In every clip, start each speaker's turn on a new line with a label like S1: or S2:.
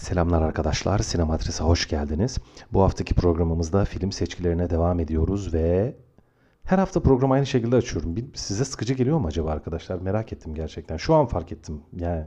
S1: Selamlar arkadaşlar, Sinematris'e hoş geldiniz. Bu haftaki programımızda film seçkilerine devam ediyoruz ve her hafta programı aynı şekilde açıyorum. Size sıkıcı geliyor mu acaba arkadaşlar? Merak ettim gerçekten. Şu an fark ettim. Yani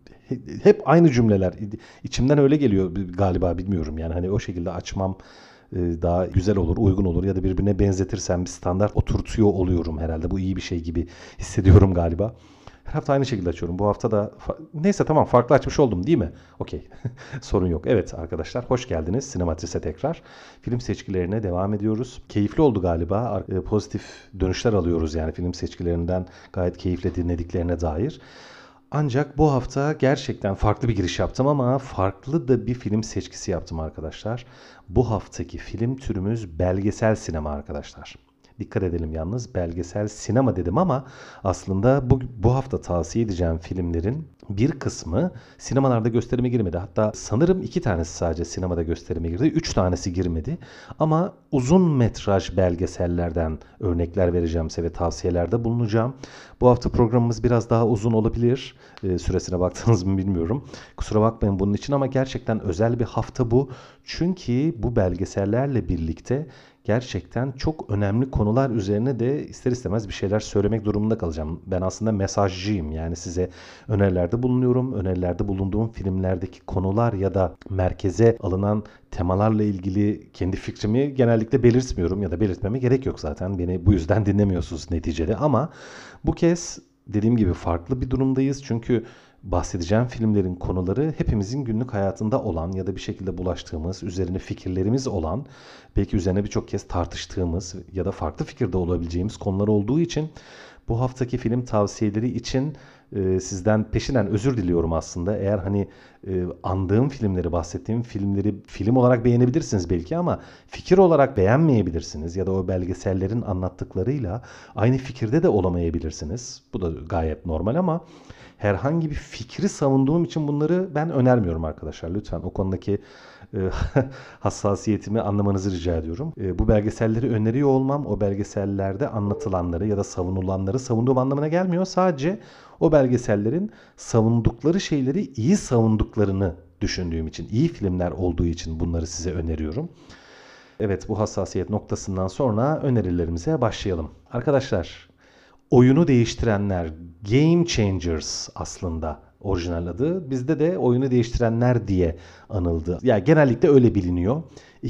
S1: hep aynı cümleler. İçimden öyle geliyor galiba, bilmiyorum. Yani hani o şekilde açmam daha güzel olur, uygun olur ya da birbirine benzetirsem bir standart oturtuyor oluyorum herhalde. Bu iyi bir şey gibi hissediyorum galiba. Her hafta aynı şekilde açıyorum. Bu hafta da neyse, tamam, farklı açmış oldum değil mi? Okey. Sorun yok. Evet arkadaşlar, hoş geldiniz Sinematris'e tekrar. Film seçkilerine devam ediyoruz. Keyifli oldu galiba. Pozitif dönüşler alıyoruz yani film seçkilerinden, gayet keyifle dinlediklerine dair. Ancak bu hafta gerçekten farklı bir giriş yaptım ama farklı da bir film seçkisi yaptım arkadaşlar. Bu haftaki film türümüz belgesel sinema arkadaşlar. Dikkat edelim yalnız, belgesel sinema dedim ama aslında bu hafta tavsiye edeceğim filmlerin bir kısmı sinemalarda gösterime girmedi. Hatta sanırım 2 tanesi sadece sinemada gösterime girdi. 3 tanesi girmedi. Ama uzun metraj belgesellerden örnekler vereceğim size ve tavsiyelerde bulunacağım. Bu hafta programımız biraz daha uzun olabilir. Süresine baktınız mı bilmiyorum. Kusura bakmayın bunun için ama gerçekten özel bir hafta bu. Çünkü bu belgesellerle birlikte gerçekten çok önemli konular üzerine de ister istemez bir şeyler söylemek durumunda kalacağım. Ben aslında mesajcıyım. Yani size önerilerde bulunuyorum. Önerilerde bulunduğum filmlerdeki konular ya da merkeze alınan temalarla ilgili kendi fikrimi genellikle belirtmiyorum ya da belirtmeme gerek yok zaten. Beni bu yüzden dinlemiyorsunuz neticede ama bu kez dediğim gibi farklı bir durumdayız. Çünkü bahsedeceğim filmlerin konuları hepimizin günlük hayatında olan ya da bir şekilde bulaştığımız, üzerine fikirlerimiz olan, belki üzerine birçok kez tartıştığımız ya da farklı fikirde olabileceğimiz konular olduğu için bu haftaki film tavsiyeleri için sizden peşinen özür diliyorum aslında. Eğer hani andığım filmleri, bahsettiğim filmleri film olarak beğenebilirsiniz belki ama fikir olarak beğenmeyebilirsiniz ya da o belgesellerin anlattıklarıyla aynı fikirde de olamayabilirsiniz. Bu da gayet normal ama herhangi bir fikri savunduğum için bunları ben önermiyorum arkadaşlar. Lütfen o konudaki e, hassasiyetimi anlamanızı rica ediyorum. Bu belgeselleri öneriyor olmam o belgesellerde anlatılanları ya da savunulanları savunduğum anlamına gelmiyor. Sadece o belgesellerin savundukları şeyleri iyi savunduklarını düşündüğüm için, iyi filmler olduğu için bunları size öneriyorum. Evet, bu hassasiyet noktasından sonra önerilerimize başlayalım. Arkadaşlar, oyunu değiştirenler, Game Changers aslında orijinal adı. Bizde de oyunu değiştirenler diye anıldı. Ya genellikle öyle biliniyor.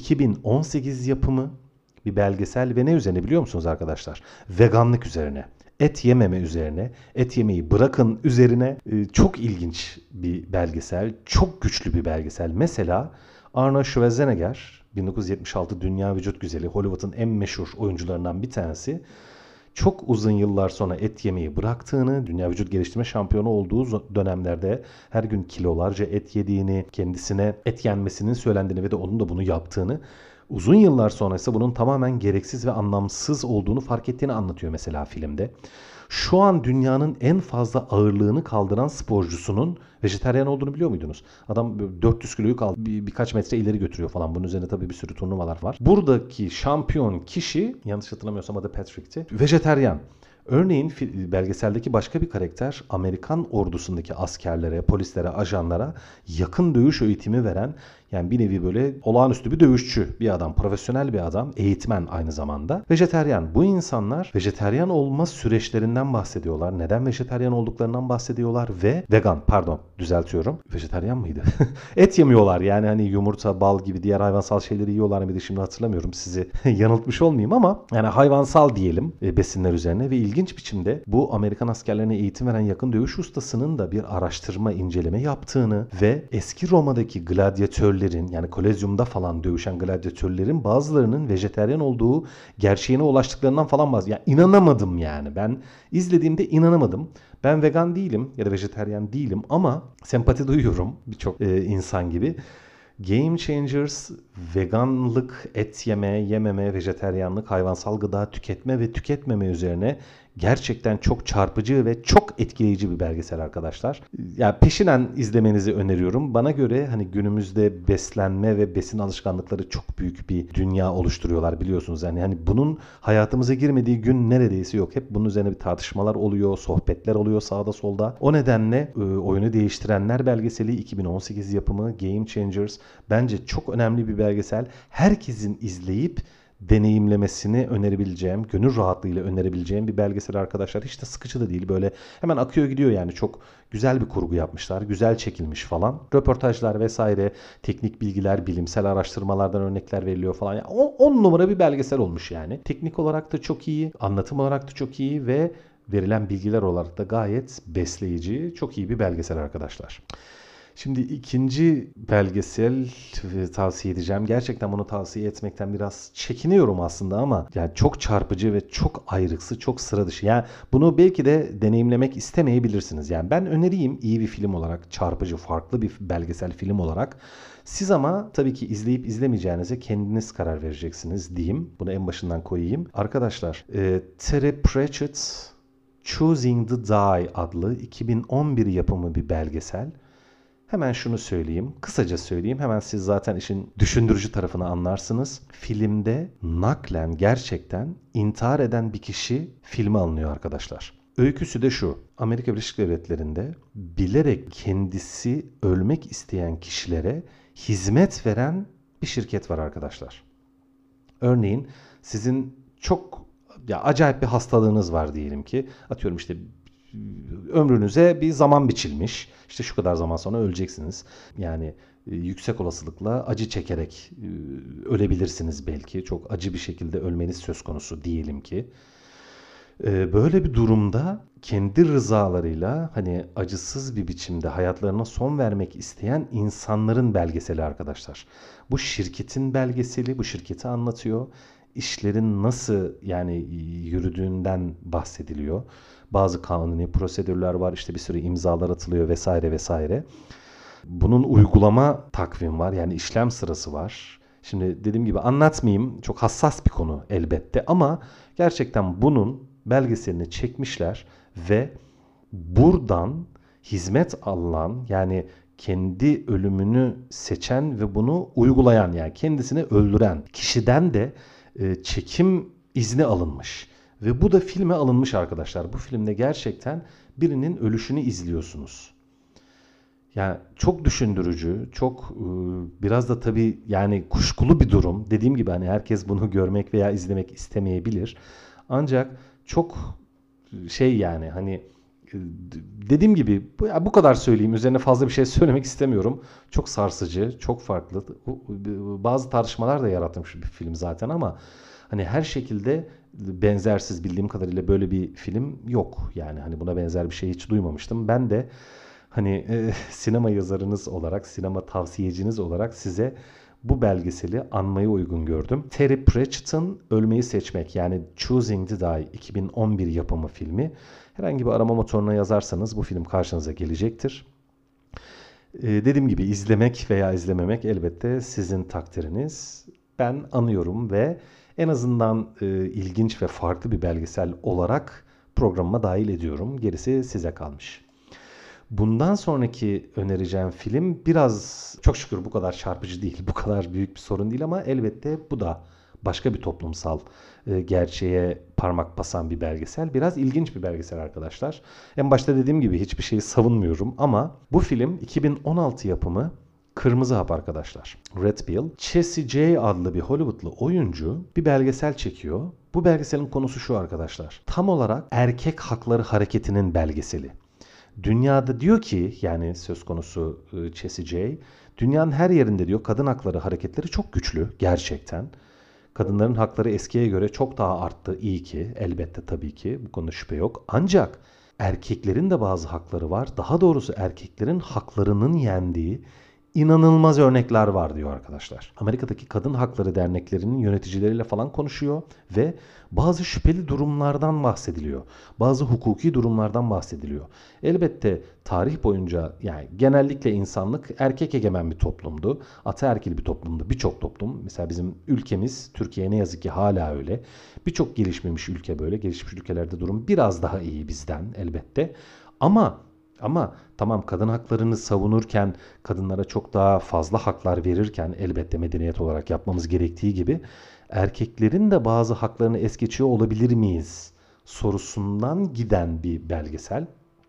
S1: 2018 yapımı bir belgesel ve ne üzerine biliyor musunuz arkadaşlar? Veganlık üzerine. Et yememe üzerine, et yemeyi bırakın üzerine çok ilginç bir belgesel, çok güçlü bir belgesel. Mesela Arnold Schwarzenegger, 1976 Dünya Vücut Güzeli, Hollywood'un en meşhur oyuncularından bir tanesi. Çok uzun yıllar sonra et yemeyi bıraktığını, dünya vücut geliştirme şampiyonu olduğu dönemlerde her gün kilolarca et yediğini, kendisine et yenmesinin söylendiğini ve de onun da bunu yaptığını, uzun yıllar sonra ise bunun tamamen gereksiz ve anlamsız olduğunu fark ettiğini anlatıyor mesela filmde. Şu an dünyanın en fazla ağırlığını kaldıran sporcusunun vejetaryen olduğunu biliyor muydunuz? Adam 400 kiloyu birkaç metre ileri götürüyor falan. Bunun üzerine tabii bir sürü turnuvalar var. Buradaki şampiyon kişi, yanlış hatırlamıyorsam adı Patrick'ti, vejetaryen. Örneğin belgeseldeki başka bir karakter Amerikan ordusundaki askerlere, polislere, ajanlara yakın dövüş eğitimi veren, yani bir nevi böyle olağanüstü bir dövüşçü bir adam, profesyonel bir adam, eğitmen aynı zamanda. Vejeteryan. Bu insanlar vejeteryan olma süreçlerinden bahsediyorlar. Neden vejeteryan olduklarından bahsediyorlar ve vegan, pardon düzeltiyorum. Vejeteryan mıydı? Et yemiyorlar yani, hani yumurta, bal gibi diğer hayvansal şeyleri yiyorlar mıydı şimdi hatırlamıyorum. Sizi yanıltmış olmayayım ama yani hayvansal diyelim besinler üzerine ve ilginç biçimde bu Amerikan askerlerine eğitim veren yakın dövüş ustasının da bir araştırma, inceleme yaptığını ve eski Roma'daki gladyatörlerin, yani Kolezyum'da falan dövüşen gladyatörlerin bazılarının vejeteryan olduğu gerçeğine ulaştıklarından falan bahsediyor. Yani inanamadım yani. Ben izlediğimde inanamadım. Ben vegan değilim ya da vejeteryan değilim ama sempati duyuyorum birçok insan gibi. Game Changers, veganlık, et yeme, yememe, vejeteryanlık, hayvansal gıda tüketme ve tüketmeme üzerine Gerçekten çok çarpıcı ve çok etkileyici bir belgesel arkadaşlar. Ya peşinen izlemenizi öneriyorum. Bana göre hani günümüzde beslenme ve besin alışkanlıkları çok büyük bir dünya oluşturuyorlar biliyorsunuz. Yani hani bunun hayatımıza girmediği gün neredeyse yok. Hep bunun üzerine bir tartışmalar oluyor, sohbetler oluyor sağda solda. O nedenle Oyunu Değiştirenler belgeseli 2018 yapımı Game Changers bence çok önemli bir belgesel. Herkesin izleyip deneyimlemesini önerebileceğim, gönül rahatlığıyla önerebileceğim bir belgesel arkadaşlar. Hiç de sıkıcı da değil. Böyle hemen akıyor gidiyor yani. Çok güzel bir kurgu yapmışlar. Güzel çekilmiş falan. Röportajlar vesaire, teknik bilgiler, bilimsel araştırmalardan örnekler veriliyor falan. Yani 10 numara bir belgesel olmuş yani. Teknik olarak da çok iyi, anlatım olarak da çok iyi ve verilen bilgiler olarak da gayet besleyici, çok iyi bir belgesel arkadaşlar. Şimdi ikinci belgesel tavsiye edeceğim. Gerçekten bunu tavsiye etmekten biraz çekiniyorum aslında ama yani çok çarpıcı ve çok ayrıksı, çok sıra dışı. Yani bunu belki de deneyimlemek istemeyebilirsiniz. Yani ben öneriyim iyi bir film olarak, çarpıcı, farklı bir belgesel film olarak. Siz ama tabii ki izleyip izlemeyeceğinize kendiniz karar vereceksiniz diyeyim. Bunu en başından koyayım. Arkadaşlar, Terry Pratchett Choosing to Die adlı 2011 yapımı bir belgesel. Hemen şunu söyleyeyim, kısaca söyleyeyim. Hemen siz zaten işin düşündürücü tarafını anlarsınız. Filmde naklen gerçekten intihar eden bir kişi filme alınıyor arkadaşlar. Öyküsü de şu. Amerika Birleşik Devletleri'nde bilerek kendisi ölmek isteyen kişilere hizmet veren bir şirket var arkadaşlar. Örneğin sizin çok acayip bir hastalığınız var diyelim ki. Atıyorum işte ömrünüze bir zaman biçilmiş. İşte şu kadar zaman sonra öleceksiniz. Yani yüksek olasılıkla acı çekerek ölebilirsiniz belki. Çok acı bir şekilde ölmeniz söz konusu diyelim ki. Böyle bir durumda kendi rızalarıyla hani acısız bir biçimde hayatlarına son vermek isteyen insanların belgeseli arkadaşlar. Bu şirketin belgeseli, bu şirketi anlatıyor. İşlerin nasıl yani yürüdüğünden bahsediliyor. Bazı kanuni prosedürler var, işte bir sürü imzalar atılıyor vesaire vesaire. Bunun uygulama takvim var, yani işlem sırası var. Şimdi dediğim gibi anlatmayayım, çok hassas bir konu elbette ama gerçekten bunun belgeselini çekmişler ve buradan hizmet alınan, yani kendi ölümünü seçen ve bunu uygulayan, yani kendisini öldüren kişiden de çekim izni alınmış. Ve bu da filme alınmış arkadaşlar. Bu filmde gerçekten birinin ölüşünü izliyorsunuz. Yani çok düşündürücü, çok biraz da tabii yani kuşkulu bir durum. Dediğim gibi hani herkes bunu görmek veya izlemek istemeyebilir. Ancak çok yani hani dediğim gibi bu kadar söyleyeyim. Üzerine fazla bir şey söylemek istemiyorum. Çok sarsıcı, çok farklı. Bazı tartışmalar da yaratmış bir film zaten ama hani her şekilde benzersiz, bildiğim kadarıyla böyle bir film yok. Yani hani buna benzer bir şey hiç duymamıştım. Ben de hani sinema yazarınız olarak, sinema tavsiyeciniz olarak size bu belgeseli anmayı uygun gördüm. Terry Pratchett'ın Ölmeyi Seçmek, yani Choosing to Die 2011 yapımı filmi. Herhangi bir arama motoruna yazarsanız bu film karşınıza gelecektir. Dediğim gibi izlemek veya izlememek elbette sizin takdiriniz. Ben anıyorum ve en azından ilginç ve farklı bir belgesel olarak programıma dahil ediyorum. Gerisi size kalmış. Bundan sonraki önereceğim film biraz, çok şükür bu kadar çarpıcı değil, bu kadar büyük bir sorun değil ama elbette bu da başka bir toplumsal gerçeğe parmak basan bir belgesel. Biraz ilginç bir belgesel arkadaşlar. En başta dediğim gibi hiçbir şeyi savunmuyorum ama bu film 2016 yapımı Kırmızı Hap arkadaşlar. Red Pill. Jessie J adlı bir Hollywoodlu oyuncu bir belgesel çekiyor. Bu belgeselin konusu şu arkadaşlar. Tam olarak erkek hakları hareketinin belgeseli. Dünyada diyor ki, yani söz konusu Jessie J, dünyanın her yerinde diyor kadın hakları hareketleri çok güçlü gerçekten. Kadınların hakları eskiye göre çok daha arttı, iyi ki, elbette tabii ki, bu konuda şüphe yok. Ancak erkeklerin de bazı hakları var. Daha doğrusu erkeklerin haklarının yendiği inanılmaz örnekler var diyor arkadaşlar. Amerika'daki kadın hakları derneklerinin yöneticileriyle falan konuşuyor ve bazı şüpheli durumlardan bahsediliyor. Bazı hukuki durumlardan bahsediliyor. Elbette tarih boyunca yani genellikle insanlık erkek egemen bir toplumdu. Ataerkil bir toplumdu. Birçok toplum. Mesela bizim ülkemiz Türkiye ne yazık ki hala öyle. Birçok gelişmemiş ülke böyle. Gelişmiş ülkelerde durum biraz daha iyi bizden elbette. Ama tamam, kadın haklarını savunurken, kadınlara çok daha fazla haklar verirken elbette medeniyet olarak yapmamız gerektiği gibi erkeklerin de bazı haklarını es geçiyor olabilir miyiz sorusundan giden bir belgesel.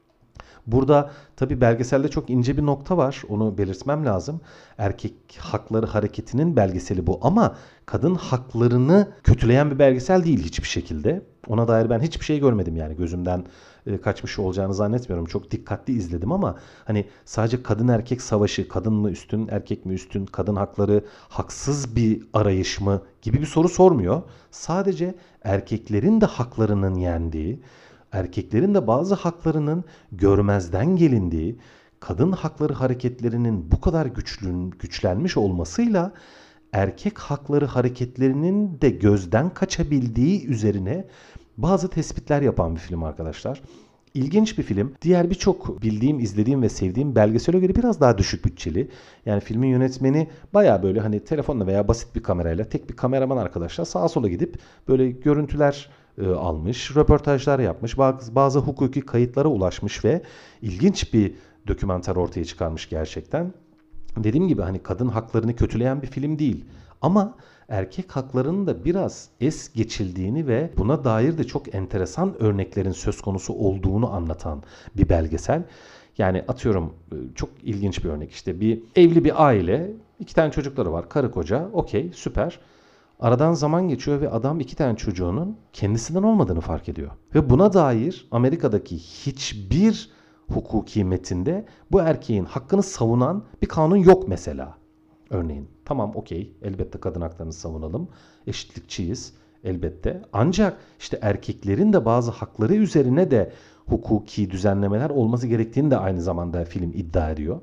S1: Burada tabii belgeselde çok ince bir nokta var. Onu belirtmem lazım. Erkek hakları hareketinin belgeseli bu ama kadın haklarını kötüleyen bir belgesel değil hiçbir şekilde. Ona dair ben hiçbir şey görmedim yani gözümden kaçmış olacağını zannetmiyorum. Çok dikkatli izledim ama hani sadece kadın erkek savaşı, kadın mı üstün, erkek mi üstün, kadın hakları haksız bir arayış mı gibi bir soru sormuyor. Sadece erkeklerin de haklarının yendiği, erkeklerin de bazı haklarının görmezden gelindiği, kadın hakları hareketlerinin bu kadar güçlenmiş olmasıyla erkek hakları hareketlerinin de gözden kaçabildiği üzerine bazı tespitler yapan bir film arkadaşlar. İlginç bir film. Diğer birçok bildiğim, izlediğim ve sevdiğim belgesele göre biraz daha düşük bütçeli. Yani filmin yönetmeni baya böyle hani telefonla veya basit bir kamerayla, tek bir kameraman arkadaşlar sağa sola gidip böyle görüntüler almış, röportajlar yapmış, bazı hukuki kayıtlara ulaşmış ve ilginç bir dokümanter ortaya çıkarmış gerçekten. Dediğim gibi hani kadın haklarını kötüleyen bir film değil. Ama erkek haklarının da biraz es geçildiğini ve buna dair de çok enteresan örneklerin söz konusu olduğunu anlatan bir belgesel. Yani atıyorum çok ilginç bir örnek işte bir evli bir aile, 2 tane çocukları var, karı koca, okey süper. Aradan zaman geçiyor ve adam 2 tane çocuğunun kendisinden olmadığını fark ediyor. Ve buna dair Amerika'daki hiçbir hukuki metinde bu erkeğin hakkını savunan bir kanun yok mesela. Örneğin tamam okey elbette kadın haklarını savunalım. Eşitlikçiyiz elbette. Ancak işte erkeklerin de bazı hakları üzerine de hukuki düzenlemeler olması gerektiğini de aynı zamanda film iddia ediyor.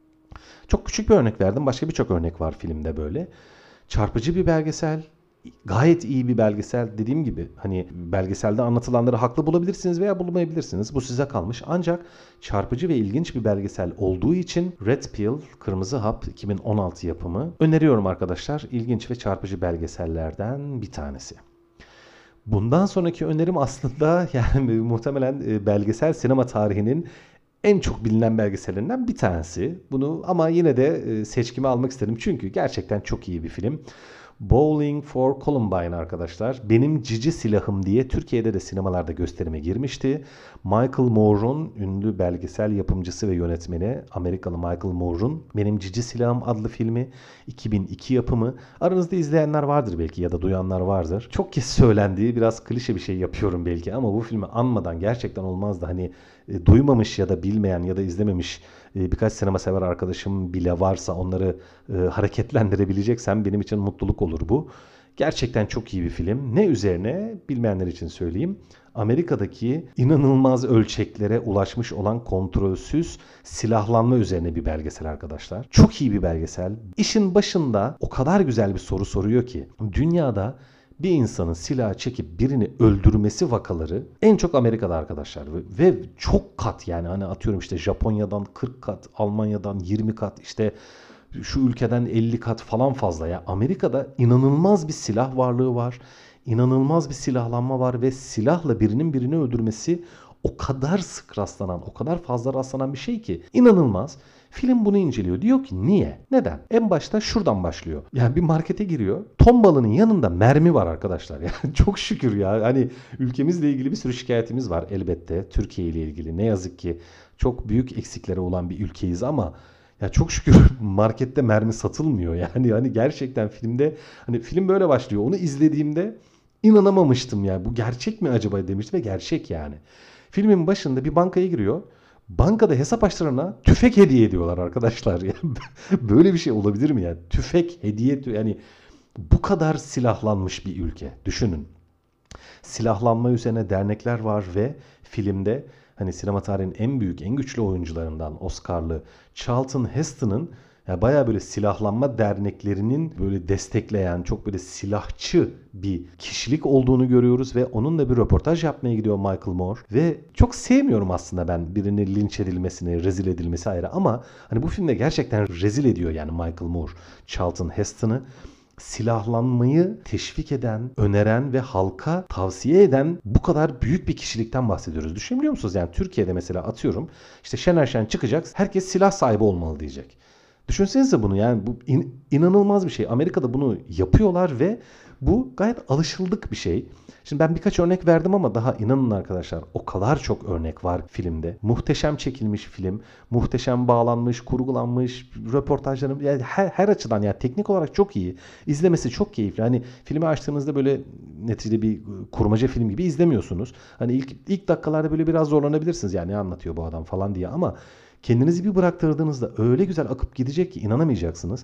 S1: Çok küçük bir örnek verdim. Başka birçok örnek var filmde böyle. Çarpıcı bir belgesel, gayet iyi bir belgesel. Dediğim gibi hani belgeselde anlatılanları haklı bulabilirsiniz veya bulmayabilirsiniz. Bu size kalmış. Ancak çarpıcı ve ilginç bir belgesel olduğu için Red Pill, Kırmızı Hap 2016 yapımı öneriyorum arkadaşlar. İlginç ve çarpıcı belgesellerden bir tanesi. Bundan sonraki önerim aslında yani muhtemelen belgesel sinema tarihinin en çok bilinen belgesellerinden bir tanesi. Bunu ama yine de seçkime almak istedim çünkü gerçekten çok iyi bir film. Bowling for Columbine arkadaşlar. Benim Cici Silahım diye Türkiye'de de sinemalarda gösterime girmişti. Michael Moore'un ünlü belgesel yapımcısı ve yönetmeni Amerikalı Michael Moore'un Benim Cici Silahım adlı filmi 2002 yapımı. Aranızda izleyenler vardır belki ya da duyanlar vardır. Çok kez söylendiği biraz klişe bir şey yapıyorum belki ama bu filmi anmadan gerçekten olmazdı. Hani duymamış ya da bilmeyen ya da izlememiş birkaç sinema sever arkadaşım bile varsa onları hareketlendirebileceksem benim için mutluluk olur bu. Gerçekten çok iyi bir film. Ne üzerine bilmeyenler için söyleyeyim. Amerika'daki inanılmaz ölçeklere ulaşmış olan kontrolsüz silahlanma üzerine bir belgesel arkadaşlar. Çok iyi bir belgesel. İşin başında o kadar güzel bir soru soruyor ki dünyada bir insanın silah çekip birini öldürmesi vakaları en çok Amerika'da arkadaşlar. Ve çok kat yani hani atıyorum işte Japonya'dan 40 kat, Almanya'dan 20 kat, işte şu ülkeden 50 kat falan fazla. Ya Amerika'da inanılmaz bir silah varlığı var. İnanılmaz bir silahlanma var ve silahla birinin birini öldürmesi o kadar sık rastlanan, o kadar fazla rastlanan bir şey ki inanılmaz. Film bunu inceliyor. Diyor ki niye? Neden? En başta şuradan başlıyor. Yani bir markete giriyor. Ton balının yanında mermi var arkadaşlar. Yani çok şükür ya. Hani ülkemizle ilgili bir sürü şikayetimiz var elbette. Türkiye ile ilgili. Ne yazık ki çok büyük eksikleri olan bir ülkeyiz ama ya çok şükür markette mermi satılmıyor. Yani hani gerçekten filmde hani film böyle başlıyor. Onu izlediğimde inanamamıştım ya. Bu gerçek mi acaba demiştim ve gerçek yani. Filmin başında bir bankaya giriyor. Bankada hesap açlarına tüfek hediye ediyorlar arkadaşlar. Yani böyle bir şey olabilir mi ya? Tüfek hediye yani bu kadar silahlanmış bir ülke. Düşünün. Silahlanma üzerine dernekler var ve filmde hani sinema tarihinin en büyük, en güçlü oyuncularından Oscar'lı Charlton Heston'ın Yani bayağı böyle silahlanma derneklerinin böyle destekleyen, çok böyle silahçı bir kişilik olduğunu görüyoruz ve onunla bir röportaj yapmaya gidiyor Michael Moore. Ve çok sevmiyorum aslında ben birinin linç edilmesini, rezil edilmesi ayrı, ama hani bu filmde gerçekten rezil ediyor yani Michael Moore, Charlton Heston'ı. Silahlanmayı teşvik eden, öneren ve halka tavsiye eden bu kadar büyük bir kişilikten bahsediyoruz. Düşünebiliyor musunuz? Yani Türkiye'de mesela atıyorum işte Şener Şen çıkacak, herkes silah sahibi olmalı diyecek. Düşünsenize bunu, yani bu inanılmaz bir şey. Amerika'da bunu yapıyorlar ve bu gayet alışıldık bir şey. Şimdi ben birkaç örnek verdim ama daha inanın arkadaşlar o kadar çok örnek var filmde. Muhteşem çekilmiş film, muhteşem bağlanmış, kurgulanmış, röportajlarım yani her açıdan, yani teknik olarak çok iyi. İzlemesi çok keyifli. Hani filmi açtığınızda böyle neticede bir kurmaca film gibi izlemiyorsunuz. Hani ilk dakikalarda böyle biraz zorlanabilirsiniz. Yani ne anlatıyor bu adam falan diye, ama kendinizi bir bıraktırdığınızda öyle güzel akıp gidecek ki inanamayacaksınız.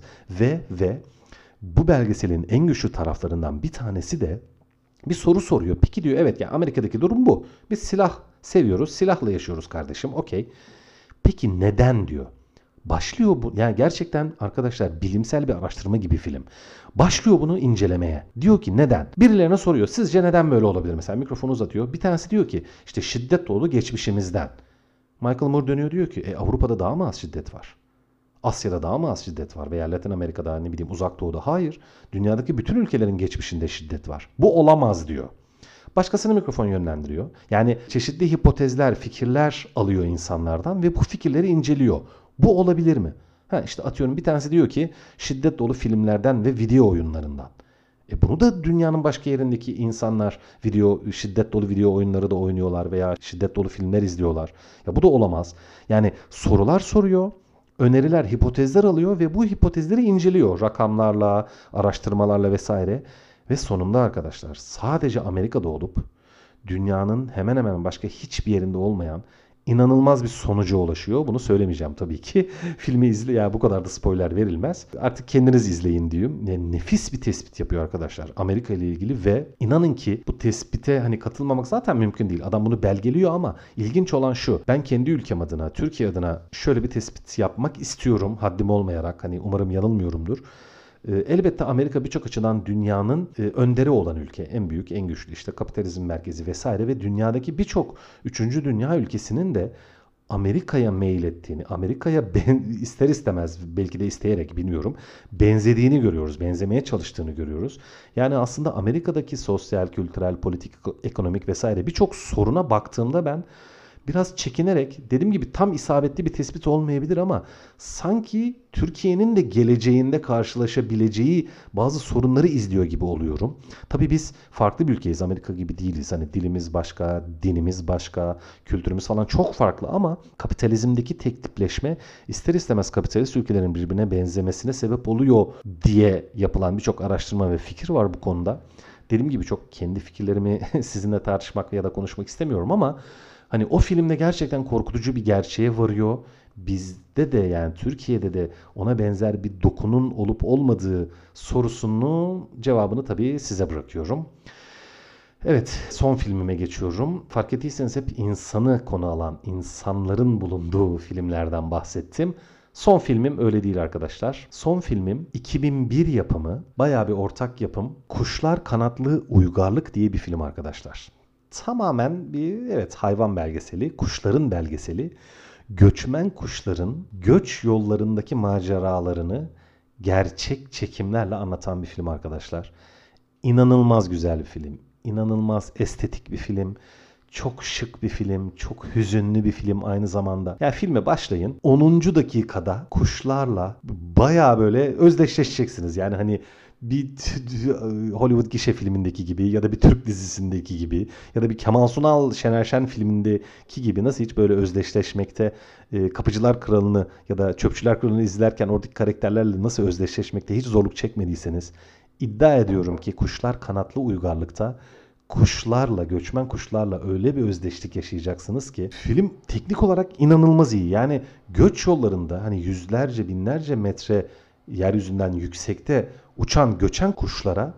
S1: Ve bu belgeselin en güçlü taraflarından bir tanesi de bir soru soruyor. Peki diyor, evet ya Amerika'daki durum bu. Biz silah seviyoruz, silahla yaşıyoruz kardeşim. Okey. Peki neden diyor. Başlıyor bu. Yani gerçekten arkadaşlar bilimsel bir araştırma gibi film. Başlıyor bunu incelemeye. Diyor ki neden? Birilerine soruyor. Sizce neden böyle olabilir? Mesela mikrofonu uzatıyor. Bir tanesi diyor ki işte şiddet dolu geçmişimizden. Michael Moore dönüyor diyor ki Avrupa'da daha mı az şiddet var? Asya'da daha mı az şiddet var? Veya Latin Amerika'da, ne bileyim, Uzak Doğu'da? Hayır. Dünyadaki bütün ülkelerin geçmişinde şiddet var. Bu olamaz diyor. Başkasına mikrofon yönlendiriyor. Yani çeşitli hipotezler, fikirler alıyor insanlardan ve bu fikirleri inceliyor. Bu olabilir mi? İşte atıyorum bir tanesi diyor ki şiddet dolu filmlerden ve video oyunlarından. Bunu da dünyanın başka yerindeki insanlar şiddet dolu video oyunları da oynuyorlar veya şiddet dolu filmler izliyorlar. Ya bu da olamaz. Yani sorular soruyor, öneriler, hipotezler alıyor ve bu hipotezleri inceliyor rakamlarla, araştırmalarla vesaire. Ve sonunda arkadaşlar sadece Amerika'da olup dünyanın hemen hemen başka hiçbir yerinde olmayan inanılmaz bir sonuca ulaşıyor. Bunu söylemeyeceğim tabii ki. Filmi izle ya, bu kadar da spoiler verilmez. Artık kendiniz izleyin diyeyim. Yani nefis bir tespit yapıyor arkadaşlar Amerika ile ilgili ve inanın ki bu tespite hani katılmamak zaten mümkün değil. Adam bunu belgeliyor ama ilginç olan şu. Ben kendi ülkem adına, Türkiye adına şöyle bir tespit yapmak istiyorum. Haddim olmayarak, hani umarım yanılmıyorumdur. Elbette Amerika birçok açıdan dünyanın önderi olan ülke. En büyük, en güçlü, işte kapitalizm merkezi vesaire ve dünyadaki birçok 3. dünya ülkesinin de Amerika'ya meylettiğini, Amerika'ya ister istemez, belki de isteyerek bilmiyorum, benzediğini görüyoruz, benzemeye çalıştığını görüyoruz. Yani aslında Amerika'daki sosyal, kültürel, politik, ekonomik vesaire birçok soruna baktığımda ben biraz çekinerek, dediğim gibi tam isabetli bir tespit olmayabilir ama sanki Türkiye'nin de geleceğinde karşılaşabileceği bazı sorunları izliyor gibi oluyorum. Tabii biz farklı bir ülkeyiz, Amerika gibi değiliz. Hani dilimiz başka, dinimiz başka, kültürümüz falan çok farklı ama kapitalizmdeki tek tipleşme ister istemez kapitalist ülkelerin birbirine benzemesine sebep oluyor diye yapılan birçok araştırma ve fikir var bu konuda. Dediğim gibi çok kendi fikirlerimi sizinle tartışmak ya da konuşmak istemiyorum ama hani o filmde gerçekten korkutucu bir gerçeğe varıyor. Bizde de, yani Türkiye'de de ona benzer bir dokunun olup olmadığı sorusunun cevabını tabii size bırakıyorum. Evet, son filmime geçiyorum. Fark ettiyseniz hep insanı konu alan, insanların bulunduğu filmlerden bahsettim. Son filmim öyle değil arkadaşlar. Son filmim 2001 yapımı, bayağı bir ortak yapım, Kuşlar Kanatlı Uygarlık diye bir film arkadaşlar. Tamamen bir, evet, hayvan belgeseli, kuşların belgeseli. Göçmen kuşların göç yollarındaki maceralarını gerçek çekimlerle anlatan bir film arkadaşlar. İnanılmaz güzel bir film. İnanılmaz estetik bir film. Çok şık bir film, çok hüzünlü bir film aynı zamanda. Yani filme başlayın, 10. dakikada kuşlarla bayağı böyle özdeşleşeceksiniz. Yani hani bir Hollywood gişe filmindeki gibi ya da bir Türk dizisindeki gibi ya da bir Kemal Sunal, Şener Şen filmindeki gibi nasıl hiç böyle özdeşleşmekte, Kapıcılar Kralı'nı ya da Çöpçüler Kralı'nı izlerken oradaki karakterlerle nasıl özdeşleşmekte hiç zorluk çekmediyseniz, iddia ediyorum ki Kuşlar Kanatlı Uygarlık'ta kuşlarla, göçmen kuşlarla öyle bir özdeşlik yaşayacaksınız ki film teknik olarak inanılmaz iyi. Yani göç yollarında hani yüzlerce, binlerce metre yeryüzünden yüksekte uçan, göçen kuşlara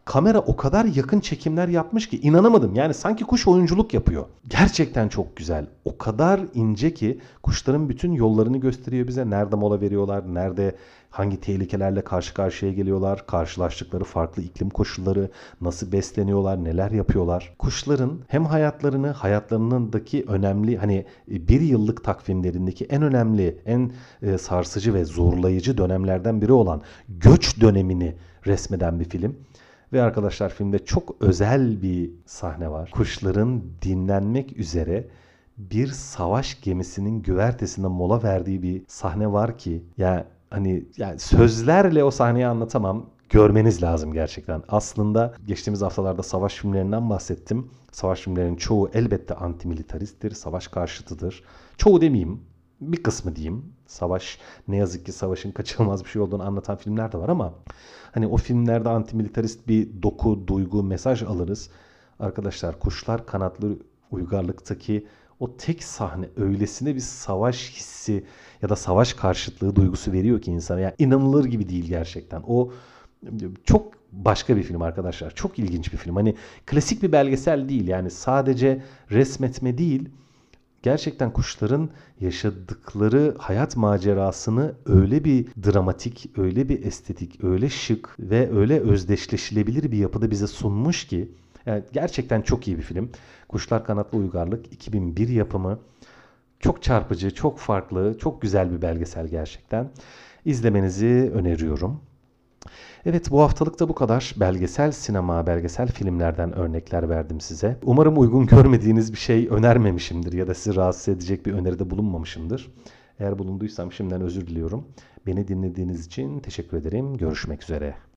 S1: kamera o kadar yakın çekimler yapmış ki inanamadım. Yani sanki kuş oyunculuk yapıyor. Gerçekten çok güzel. O kadar ince ki kuşların bütün yollarını gösteriyor bize. Nerede mola veriyorlar, nerede hangi tehlikelerle karşı karşıya geliyorlar, karşılaştıkları farklı iklim koşulları, nasıl besleniyorlar, neler yapıyorlar. Kuşların hem hayatlarındaki önemli hani bir yıllık takvimlerindeki en önemli, en sarsıcı ve zorlayıcı dönemlerden biri olan göç dönemini resmeden bir film. Ve arkadaşlar filmde çok özel bir sahne var. Kuşların dinlenmek üzere bir savaş gemisinin güvertesinde mola verdiği bir sahne var ki yani sözlerle o sahneyi anlatamam. Görmeniz lazım gerçekten. Aslında geçtiğimiz haftalarda savaş filmlerinden bahsettim. Savaş filmlerinin çoğu elbette antimilitaristtir, savaş karşıtıdır. Çoğu demeyeyim, bir kısmı diyeyim. Savaş, ne yazık ki savaşın kaçınılmaz bir şey olduğunu anlatan filmler de var ama hani o filmlerde antimilitarist bir doku, duygu, mesaj alırız. Arkadaşlar Kuşlar Kanatlı Uygarlık'taki o tek sahne öylesine bir savaş hissi ya da savaş karşıtlığı duygusu veriyor ki insana. Yani inanılır gibi değil gerçekten. O çok başka bir film arkadaşlar. Çok ilginç bir film. Hani klasik bir belgesel değil. Yani sadece resmetme değil. Gerçekten kuşların yaşadıkları hayat macerasını öyle bir dramatik, öyle bir estetik, öyle şık ve öyle özdeşleşilebilir bir yapıda bize sunmuş ki yani gerçekten çok iyi bir film. Kuşlar Kanatlı Uygarlık 2001 yapımı. Çok çarpıcı, çok farklı, çok güzel bir belgesel gerçekten. İzlemenizi öneriyorum. Evet, bu haftalık da bu kadar. Belgesel sinema, belgesel filmlerden örnekler verdim size. Umarım uygun görmediğiniz bir şey önermemişimdir ya da sizi rahatsız edecek bir öneride bulunmamışımdır. Eğer bulunduysam şimdiden özür diliyorum. Beni dinlediğiniz için teşekkür ederim. Görüşmek üzere.